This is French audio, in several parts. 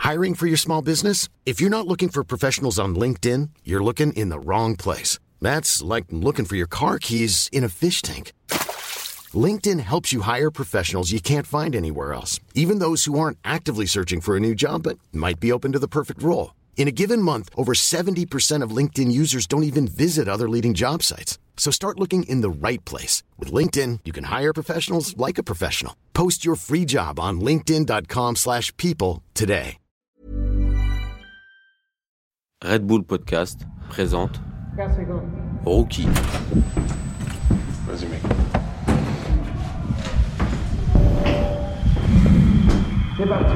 Hiring for your small business? If you're not looking for professionals on LinkedIn, you're looking in the wrong place. That's like looking for your car keys in a fish tank. LinkedIn helps you hire professionals you can't find anywhere else, even those who aren't actively searching for a new job but might be open to the perfect role. In a given month, over 70% of LinkedIn users don't even visit other leading job sites. So start looking in the right place. With LinkedIn, you can hire professionals like a professional. Post your free job on linkedin.com/people today. Red Bull Podcast présente Rookie. Vas-y mec. C'est parti.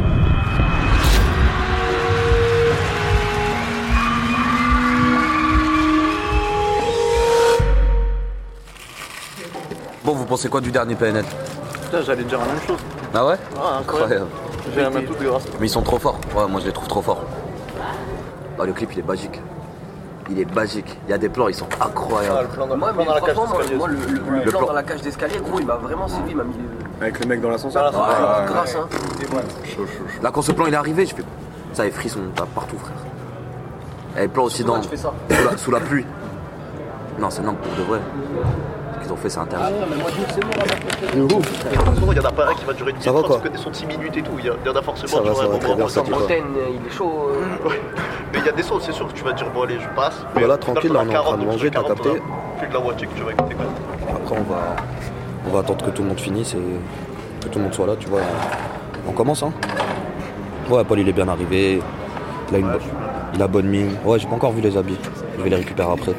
Bon, vous pensez quoi du dernier PNL? Putain, j'allais dire la même chose. Ah ouais? Ah, incroyable. J'ai la même toute grâce. Mais ils sont trop forts. Ouais, moi je les trouve trop forts. Bah, le clip il est magique. Il est magique. Il y a des plans, ils sont incroyables. Ah, le plan dans la cage d'escalier. Le plan dans la cage d'escalier, gros, il m'a vraiment séduit, il m'a mis Avec le mec dans l'ascenseur. grâce, hein. Chaud. Là, quand ce plan il est arrivé, je fais. Ça, les frissons, t'as partout, frère. Et le plan aussi dans. Tu fais ça. Sous la pluie. Non, c'est non, pour de vrai. Ce qu'ils ont fait, c'est interdit. Mais moi, je dis que c'est bon, là, De ouf. Il y en a pas un qui va durer 10 Ça va, quoi. minutes, sont 6 minutes et tout. Il y en a forcément Ça va, ça va très bien, ça, tu vois. Fontaine, il est chaud. Ouais. Mais il y a des sons, c'est sûr que tu vas dire, bon, allez, je passe. Mais Voilà, tranquille, là, on est en train de manger, t'as capté. Plus de la moitié que tu vas écouter quand même. Après, on va attendre que tout le monde finisse et que tout le monde soit là, tu vois. On commence, hein. Ouais, Paul, il est bien arrivé. Il a bonne mine. Ouais, j'ai pas encore vu les habits. Je vais les récupérer après.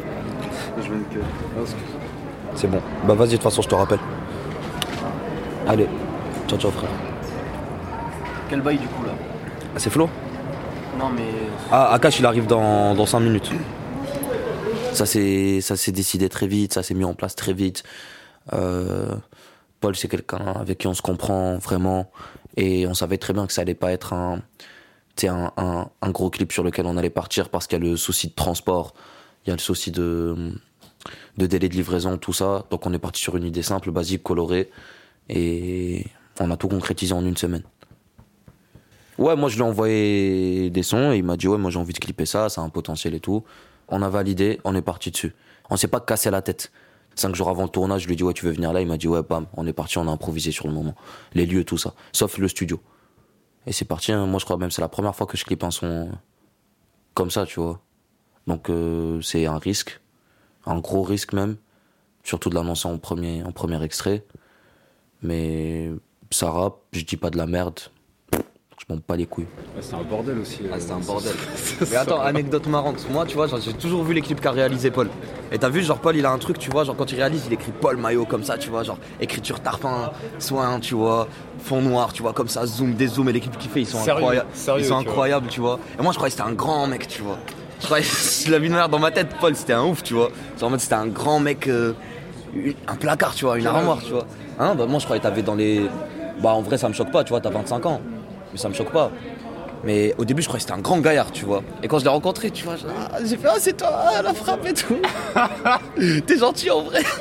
C'est bon. Bah, vas-y, de toute façon, je te rappelle. Allez. Ciao, frère. Quel bail, du coup, là? Ah, c'est Flo? Non, mais. Ah, Akash, il arrive dans 5 minutes. Ça s'est décidé très vite, ça s'est mis en place très vite. Paul, c'est quelqu'un avec qui on se comprend vraiment. Et on savait très bien que ça allait pas être un gros clip sur lequel on allait partir parce qu'il y a le souci de transport, il y a le souci de délai de livraison, tout ça. Donc on est parti sur une idée simple, basique, colorée. Et on a tout concrétisé en une semaine. Ouais, moi je lui ai envoyé des sons et il m'a dit ouais, moi j'ai envie de clipper ça, ça a un potentiel et tout. On a validé, on est parti dessus. On s'est pas cassé la tête. 5 jours avant le tournage, je lui ai dit ouais, tu veux venir là? Il m'a dit ouais, bam, on est parti, on a improvisé sur le moment. Les lieux, tout ça, sauf le studio. Et c'est parti, hein. Moi je crois même c'est la première fois que je clippe un son comme ça, tu vois. Donc c'est un risque, un gros risque même, surtout de l'annoncer en premier extrait. Mais ça rappe, je dis pas de la merde, je m'en bats les couilles. C'est un bordel aussi. C'est un bordel. Mais attends, anecdote marrante. Moi, tu vois, genre, j'ai toujours vu les clips qu'a réalisé Paul. Et t'as vu, genre, Paul, il a un truc, tu vois, genre, quand il réalise, il écrit Paul Maillot comme ça, tu vois, genre, écriture tarpin, soin, tu vois, fond noir, tu vois, comme ça, zoom, dézoom, et les clips qu'il fait, ils sont incroyables. Ils sont incroyables, tu vois. Et moi, je croyais que c'était un grand mec, tu vois. Je croyais, la vie de merde dans ma tête, Paul, c'était un ouf, tu vois. Genre, en mode, c'était un grand mec, un placard, tu vois, une armoire, tu vois. Hein, bah, moi, je croyais que t'avais dans les. Bah, en vrai, ça me choque pas, tu vois, t'as 25 ans. Mais ça me choque pas. Mais au début, je croyais que c'était un grand gaillard, tu vois. Et quand je l'ai rencontré, tu vois, j'ai fait, ah, c'est toi, la frappe et tout. T'es gentil en vrai.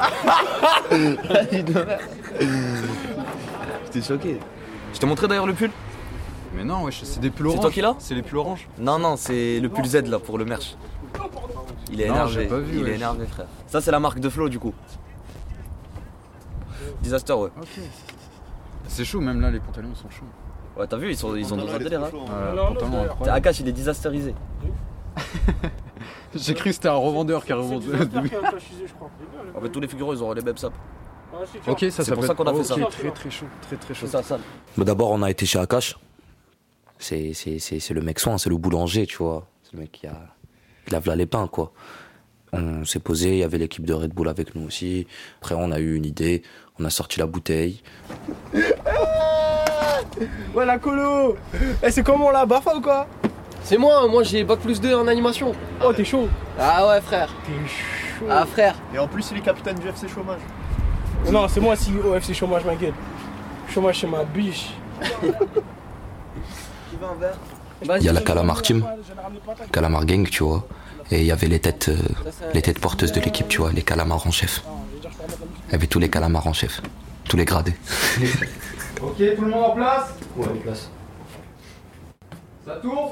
J'étais choqué. Je t'ai montré d'ailleurs le pull? Mais non, wesh, c'est des pulls oranges. C'est toi qui l'as? C'est les pulls oranges. Non, c'est le pull Z là pour le merch. Il est Non, énervé. j'ai pas vu, Il est wesh. énervé, frère. Ça, c'est la marque de Flo, du coup. Disaster, ouais. Ok. C'est chaud, même là, les pantalons sont chauds. Ouais, t'as vu, ils sont dans un délire. Hein. Pantalons incroyables. Akash, il est désasterisé. J'ai cru que c'était un revendeur qui a revendu. En fait, tous les figurants, ils auront les mêmes sapes. Ok, ça C'est pour ça qu'on a fait ça. Très chaud, très chaud. C'est ça. Mais d'abord, on a été chez Akash. C'est le mec soin, c'est le boulanger, tu vois. C'est le mec qui lave là les pains, quoi. On s'est posé, il y avait l'équipe de Red Bull avec nous aussi. Après, on a eu une idée, on a sorti la bouteille. Ouais, la colo. C'est comment là, Bafa ou quoi? C'est moi j'ai bac plus 2 en animation. Oh, t'es chaud. Ah ouais, frère. T'es chaud. Ah, frère. Et en plus, il est capitaine du FC Chômage. Non, c'est moi si au FC Chômage, ma gueule. Chômage, c'est ma biche. Il y a la Calamar Team, Calamar Gang, tu vois. Et il y avait les têtes porteuses de l'équipe, tu vois, les calamars en chef. Il y avait tous les calamars en chef, tous les gradés. Ok, tout le monde en place? Ouais, en place. Ça tourne.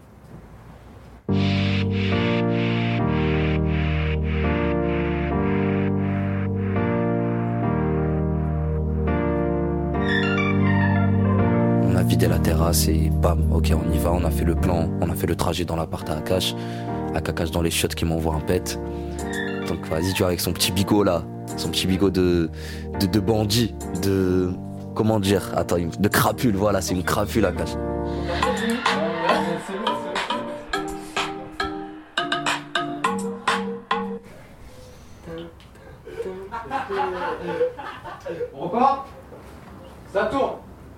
On a vidé la terrasse et bam, ok, on y va, on a fait le plan, on a fait le trajet dans l'appart à Akash dans les chiottes qui m'envoie un pet. Donc vas-y, tu vois, avec son petit bigot là, son petit bigot de bandit, de... Comment dire? Attends, de crapule, voilà, c'est une crapule Akash. On repart. Ça tourne.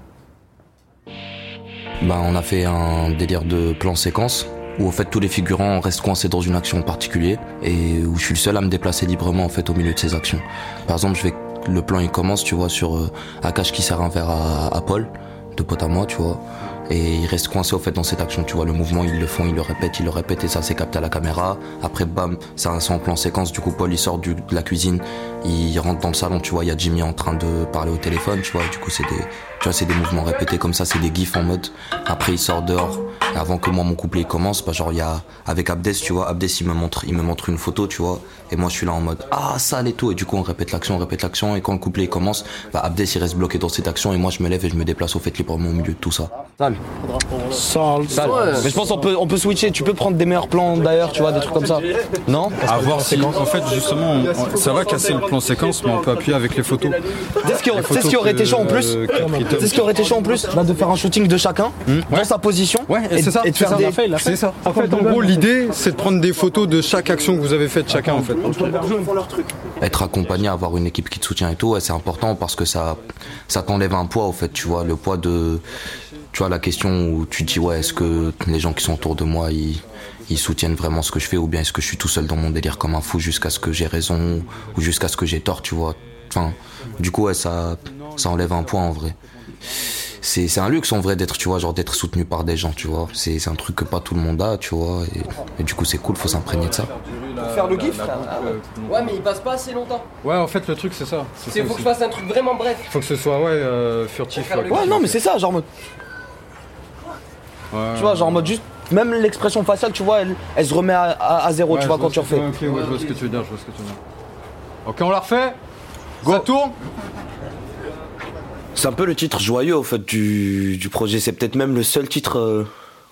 Bah, on a fait un délire de plan séquence où en fait tous les figurants restent coincés dans une action en particulier et où je suis le seul à me déplacer librement en fait au milieu de ces actions. Par exemple, le plan il commence, tu vois, sur Akash qui sert un verre à Paul, deux potes à moi, tu vois, et il reste coincé au fait dans cette action, tu vois, le mouvement ils le font, ils le répètent et ça c'est capté à la caméra. Après bam, c'est en plan séquence, du coup Paul il sort de la cuisine, il rentre dans le salon, tu vois, il y a Jimmy en train de parler au téléphone, tu vois, du coup c'est des mouvements répétés comme ça, c'est des gifs en mode. Après il sort dehors, et avant que moi mon couplet il commence, bah genre il y a avec Abdes, tu vois, Abdes il me montre une photo, tu vois, et moi je suis là en mode ah sale et tout, et du coup on répète l'action, et quand le couplet il commence, bah Abdes il reste bloqué dans cette action et moi je me lève et je me déplace au fait librement au milieu de tout ça. Sale. Sale. Ouais. Mais je pense on peut switcher, tu peux prendre des meilleurs plans d'ailleurs, tu vois, des trucs comme ça. Non? À voir si, en fait, justement, ça va casser le plan séquence, mais on peut appuyer avec les photos. C'est ce qui aurait été chaud en plus. C'est ce qui aurait été chaud en plus, bah, de faire un shooting de chacun dans sa position. Ouais, c'est ça. Et de faire des. C'est ça. En fait, en gros, l'idée, c'est de prendre des photos de chaque action que vous avez faite chacun, en fait. Être accompagné, avoir une équipe qui te soutient et tout, ouais, c'est important parce que ça t'enlève un poids au fait, tu vois, le poids de, tu vois, la question où tu te dis ouais, est-ce que les gens qui sont autour de moi ils soutiennent vraiment ce que je fais ou bien est-ce que je suis tout seul dans mon délire comme un fou jusqu'à ce que j'ai raison ou jusqu'à ce que j'ai tort, tu vois. Enfin, du coup ouais, ça enlève un poids en vrai. C'est un luxe en vrai d'être, tu vois, genre d'être soutenu par des gens, tu vois. C'est un truc que pas tout le monde a, tu vois, et du coup c'est cool, faut s'imprégner de ça. Pour faire le gif, frère. Ouais, mais il passe pas assez longtemps. Ouais, en fait, le truc, c'est ça. Il faut que je fasse un truc vraiment bref. Faut que ce soit, furtif. Ouais, non, mais c'est ça, genre en mode. Ouais, tu vois, genre en mode juste. Même l'expression faciale, tu vois, elle se remet à zéro, tu vois, quand tu refais. Ok, ouais, je vois ce que tu veux dire, Ok, on la refait. Ça tourne. C'est un peu le titre joyeux au fait du projet, c'est peut-être même le seul titre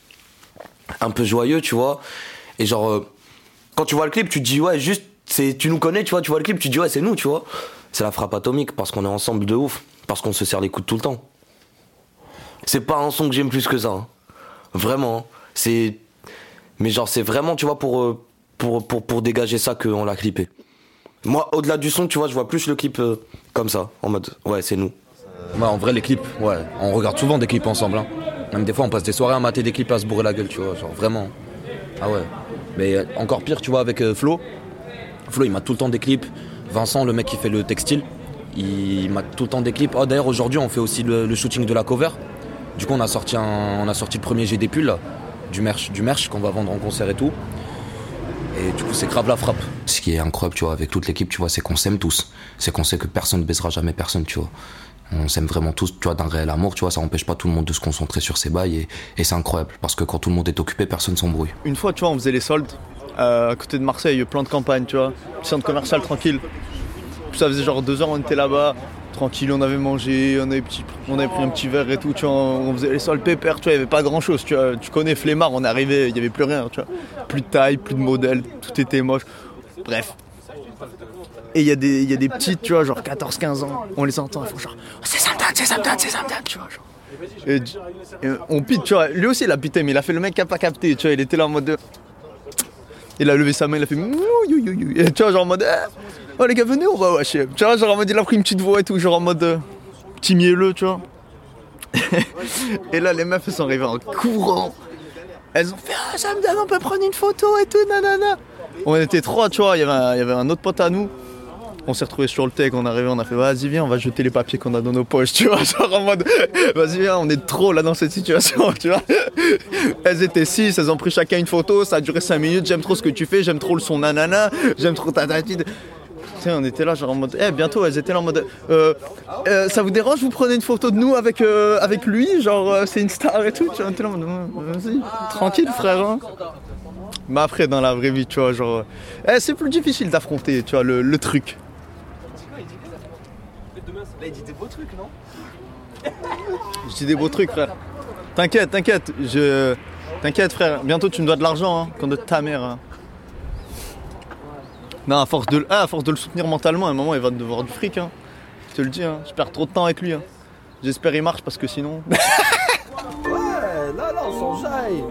un peu joyeux, tu vois. Et genre, quand tu vois le clip, tu te dis ouais, juste, tu nous connais, tu vois le clip, tu te dis ouais, c'est nous, tu vois. C'est la frappe atomique parce qu'on est ensemble de ouf, parce qu'on se serre les coudes tout le temps. C'est pas un son que j'aime plus que ça, hein. Vraiment. Mais genre c'est vraiment, tu vois, pour dégager ça qu'on l'a clippé. Moi, au-delà du son, tu vois, je vois plus le clip comme ça, en mode ouais, c'est nous. Ouais, en vrai, les clips, ouais, on regarde souvent des clips ensemble, hein. Même des fois, on passe des soirées à mater des clips à se bourrer la gueule, tu vois, genre vraiment. Ah ouais. Mais encore pire, tu vois, avec Flo. Flo, il mate tout le temps des clips. Vincent, le mec qui fait le textile, il mate tout le temps des clips. Oh, d'ailleurs, aujourd'hui, on fait aussi le shooting de la cover. Du coup, on a sorti le premier jet des pulls, là, du merch qu'on va vendre en concert et tout. Et du coup, c'est grave la frappe. Ce qui est incroyable, tu vois, avec toute l'équipe, tu vois, c'est qu'on s'aime tous. C'est qu'on sait que personne ne baisera jamais personne, tu vois. On s'aime vraiment tous, tu vois, d'un réel amour, tu vois, ça empêche pas tout le monde de se concentrer sur ses bails et c'est incroyable parce que quand tout le monde est occupé, personne s'embrouille. Une fois, tu vois, on faisait les soldes à côté de Marseille, plan de campagne, tu vois, centre commercial tranquille. Puis ça faisait genre 2 heures, on était là-bas, tranquille, on avait mangé, on avait pris un petit verre et tout, tu vois, on faisait les soldes pépères, tu vois, il n'y avait pas grand-chose, tu vois, tu connais Flemmard, on est arrivé, il n'y avait plus rien, tu vois, plus de taille, plus de modèle, tout était moche, bref. Et il y a des petites, tu vois, genre 14-15 ans, on les entend, ils font genre c'est Zamdan, tu vois, genre. Et on pite, tu vois, lui aussi il a pité, mais il a fait le mec qui a pas capté, tu vois, il était là en mode. Il a levé sa main, il a fait et tu vois, genre en mode oh les gars, venez, on va wesh. Tu vois, genre en mode il a pris une petite voix et tout, genre en mode petit mielleux, tu vois. Et là, les meufs elles sont arrivées en courant. Elles ont fait ah, Zamdan, on peut prendre une photo et tout, nanana. On était 3, tu vois, il y avait un autre pote à nous. On s'est retrouvés sur le tech, on est arrivé, on a fait vas-y viens, on va jeter les papiers qu'on a dans nos poches, tu vois, genre en mode vas-y viens, on est trop là dans cette situation, tu vois. Elles étaient 6, elles ont pris chacun une photo, ça a duré 5 minutes, j'aime trop ce que tu fais, j'aime trop le son nanana, j'aime trop ta tatine. Tu sais, on était là, genre en mode. Bientôt, elles étaient là en mode. Ça vous dérange, vous prenez une photo de nous avec lui, genre c'est une star et tout. Tu vois, on était là en mode. Vas-y, tranquille, frère. Hein. Mais après, dans la vraie vie, tu vois, genre. C'est plus difficile d'affronter, tu vois, le truc. Là, il dit des beaux trucs, non? Je dis des beaux trucs, frère. T'inquiète. T'inquiète, frère. Bientôt, tu me dois de l'argent, hein, comme de ta mère. Hein. Non, à force de le soutenir mentalement, à un moment, il va te devoir du fric. Hein. Je te le dis, hein. Je perds trop de temps avec lui. Hein. J'espère qu'il marche parce que sinon. Ouais, là, on s'enjaille.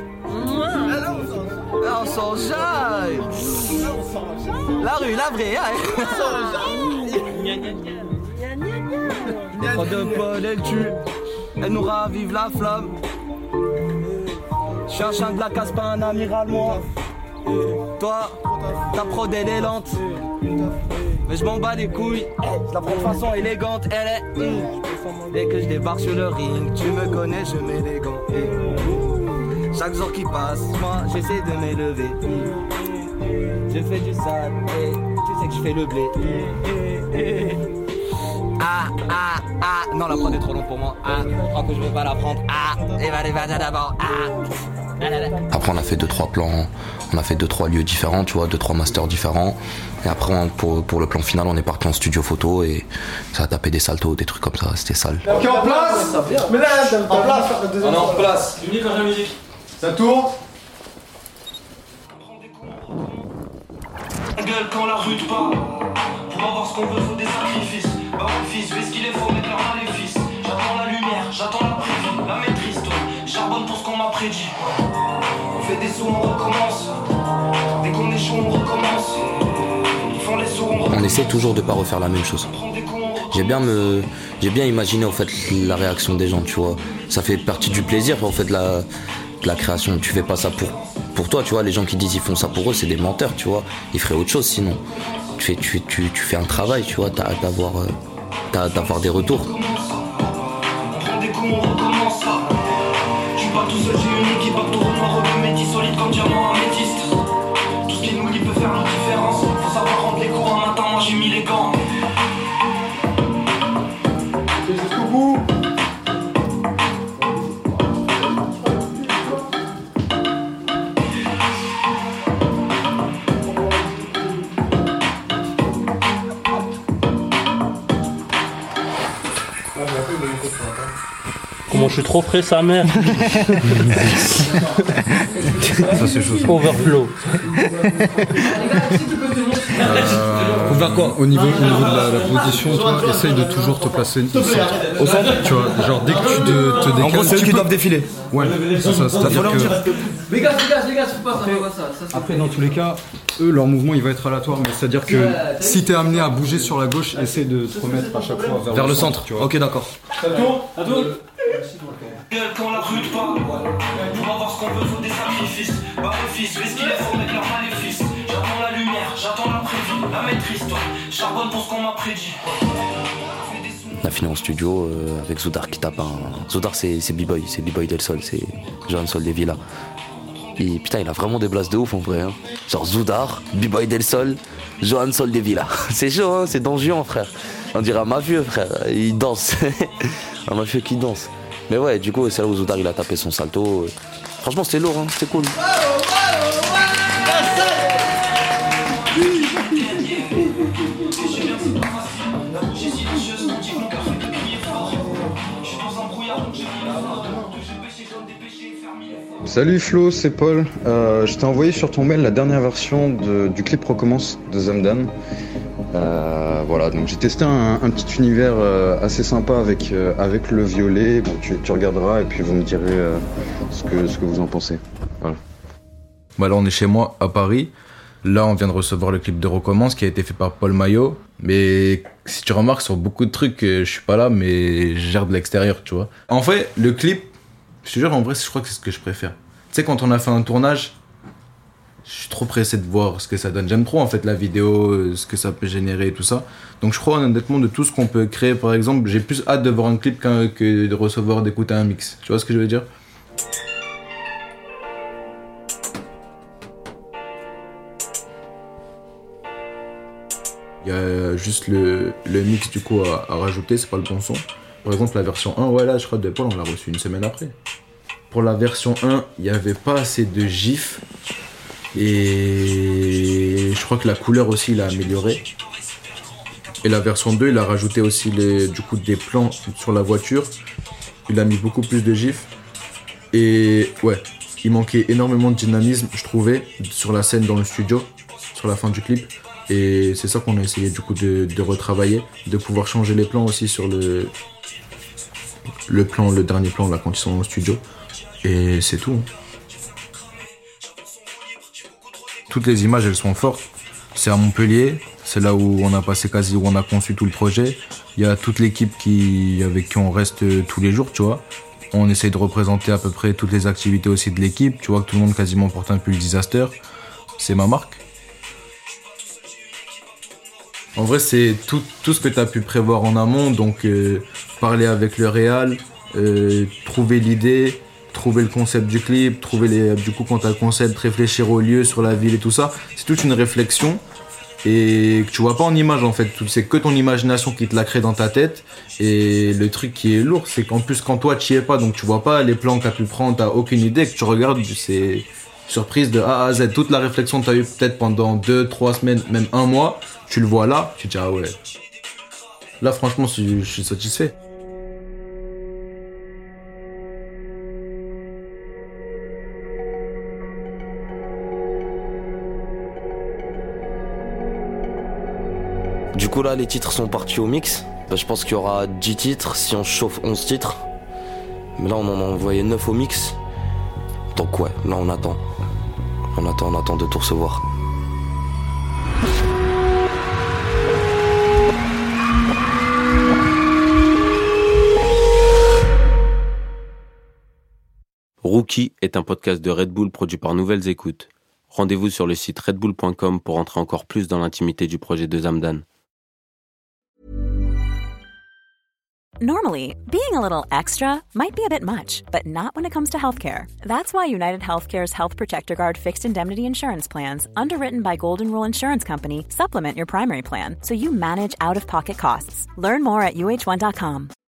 Là, on s'enjaille. La rue, la vraie, on s'enjaille. Les trois de Paul, elle tue. Elle nous ravive la flamme. Je suis un chien de la casse, pas un amiral, moi. Toi, ta prod elle est lente. Mais je m'en bats les couilles. Je la prends de façon élégante. Elle est. Dès que je débarque sur le ring, tu me connais, je mets les gants. Chaque jour qui passe, moi j'essaie de m'élever. Je fais du sale, et tu sais que je fais le blé. Non, la prod est trop longue pour moi. Je crois que je vais pas la prendre. Et va d'abord. Après on a fait 2-3 plans, on a fait 2-3 lieux différents, tu vois, 2-3 masters différents. Et après pour le plan final on est parti en studio photo et ça a tapé des saltos, des trucs comme ça, c'était sale. Ok, en place. Mais là, en place. On est en place. Musique quand j'ai la musique. Ça tourne. Gueule quand la rue te parle. Pour avoir ce qu'on veut, faut des sacrifices. Bah mon fils, fais ce qu'il est, faut mettre leur maléfice. J'attends la lumière, j'attends la prévie, la maîtrise, toi. Charbonne pour ce qu'on m'a prédit. On fait des sous, on recommence. Dès qu'on est chaud, on recommence. Ils font les sous, on recommence. On essaie toujours de pas refaire la même chose. J'ai bien imaginé en fait la réaction des gens, tu vois. Ça fait partie du plaisir en fait de la création. Tu fais pas ça pour toi, tu vois. Les gens qui disent ils font ça pour eux, c'est des menteurs, tu vois. Ils feraient autre chose sinon. Tu fais un travail, tu vois. T'as hâte d'avoir des retours. On prend des coups, on recommence. Je suis pas tout seul, j'ai une équipe, bac tour noir, métis, solide comme diamant améthyste. Tout ce qui nous lie peut faire la différence. Faut savoir rendre les cours un matin, moi j'ai mis les gants. Jusqu'au bout. Comment je suis trop frais sa mère. Ça c'est chaud. Overflow. Faut faire quoi au niveau de la position, toi, essaye de toujours te placer au centre. Au centre, tu vois, genre dès que tu te décales. En gros, c'est eux qui doivent défiler. Ouais, c'est ça, c'est-à-dire que. Les gars, faut pas ça. Après, dans tous les cas, eux, leur mouvement il va être aléatoire, mais c'est-à-dire que si t'es amené à bouger sur la gauche, essaye de te remettre à chaque fois vers le centre, tu vois. Ok, d'accord. Gueule quand la rue te parle. Pour avoir ce qu'on veut, faut des sacrifices. Bah mon fils, fais ce qu'il est, faut mettre leur maléfice. J'attends la lumière, j'attends la prévie, la maîtrise, toi. Charbonne pour ce qu'on m'a prédit. On a fini en studio avec Zoudar qui tape un. Zoudar c'est B-Boy, c'est B-Boy Del Sol, c'est Johan Sol des Villas. Et putain, il a vraiment des blasts de ouf en vrai. Hein. Genre Zoudar, B-Boy Del Sol, Johan Sol des Villas. C'est chaud, hein, c'est dangereux, frère. On dirait un mafieux, frère. Il danse. Un mafieux qui danse. Mais ouais, du coup, c'est là où Zoudar il a tapé son salto. Franchement, c'était lourd, hein, c'était cool. Salut Flo, c'est Paul. Je t'ai envoyé sur ton mail la dernière version du clip Recommence de Zamdan. Voilà, donc j'ai testé un petit univers assez sympa avec le violet. Bon, tu regarderas et puis vous me direz ce que vous en pensez. Voilà. Bah là on est chez moi à Paris. Là on vient de recevoir le clip de Recommence qui a été fait par Paul Maillot. Mais si tu remarques sur beaucoup de trucs, je suis pas là mais je gère de l'extérieur, tu vois. En fait, le clip, je te jure en vrai je crois que c'est ce que je préfère. Tu sais quand on a fait un tournage, je suis trop pressé de voir ce que ça donne. J'aime trop en fait la vidéo, ce que ça peut générer et tout ça. Donc je crois honnêtement de tout ce qu'on peut créer par exemple, j'ai plus hâte de voir un clip que de recevoir, d'écouter un mix. Tu vois ce que je veux dire ? Il y a juste le mix du coup à rajouter, c'est pas le bon son. Par exemple la version 1, ouais là je crois de Paul on l'a reçu une semaine après. Pour la version 1, il n'y avait pas assez de gifs et je crois que la couleur aussi il a amélioré. Et la version 2, il a rajouté aussi du coup des plans sur la voiture. Il a mis beaucoup plus de gifs. Et ouais, il manquait énormément de dynamisme, je trouvais, sur la scène dans le studio, sur la fin du clip. Et c'est ça qu'on a essayé du coup de retravailler, de pouvoir changer les plans aussi sur le dernier plan là quand ils sont dans le studio. Et c'est tout. Toutes les images elles sont fortes. C'est à Montpellier, c'est là où on a passé où on a conçu tout le projet. Il y a toute l'équipe avec qui on reste tous les jours, tu vois. On essaye de représenter à peu près toutes les activités aussi de l'équipe. Tu vois que tout le monde quasiment porte un pull Disaster. C'est ma marque. En vrai, c'est tout ce que tu as pu prévoir en amont. Donc, parler avec le réal, trouver l'idée, trouver le concept du clip, du coup, quand tu as le concept, réfléchir au lieu, sur la ville et tout ça. C'est toute une réflexion et que tu vois pas en image en fait. C'est que ton imagination qui te la crée dans ta tête. Et le truc qui est lourd, c'est qu'en plus, quand toi, tu y es pas, donc tu vois pas les plans que tu as pu prendre, tu n'as aucune idée, que tu regardes, c'est surprise de A à Z. Toute la réflexion que tu as eu peut-être pendant 2-3 semaines, même un mois, tu le vois là, tu te dis ah ouais. Là, franchement, je suis satisfait. Du coup là les titres sont partis au mix. Je pense qu'il y aura 10 titres si on chauffe 11 titres. Mais là on en a envoyé 9 au mix. Donc ouais, là on attend. On attend de tout recevoir. Rookie est un podcast de Red Bull produit par Nouvelles Écoutes. Rendez-vous sur le site redbull.com pour entrer encore plus dans l'intimité du projet de Zamdan. Normally, being a little extra might be a bit much, but not when it comes to healthcare. That's why United Healthcare's Health Protector Guard fixed indemnity insurance plans, underwritten by Golden Rule Insurance Company, supplement your primary plan so you manage out-of-pocket costs. Learn more at uh1.com.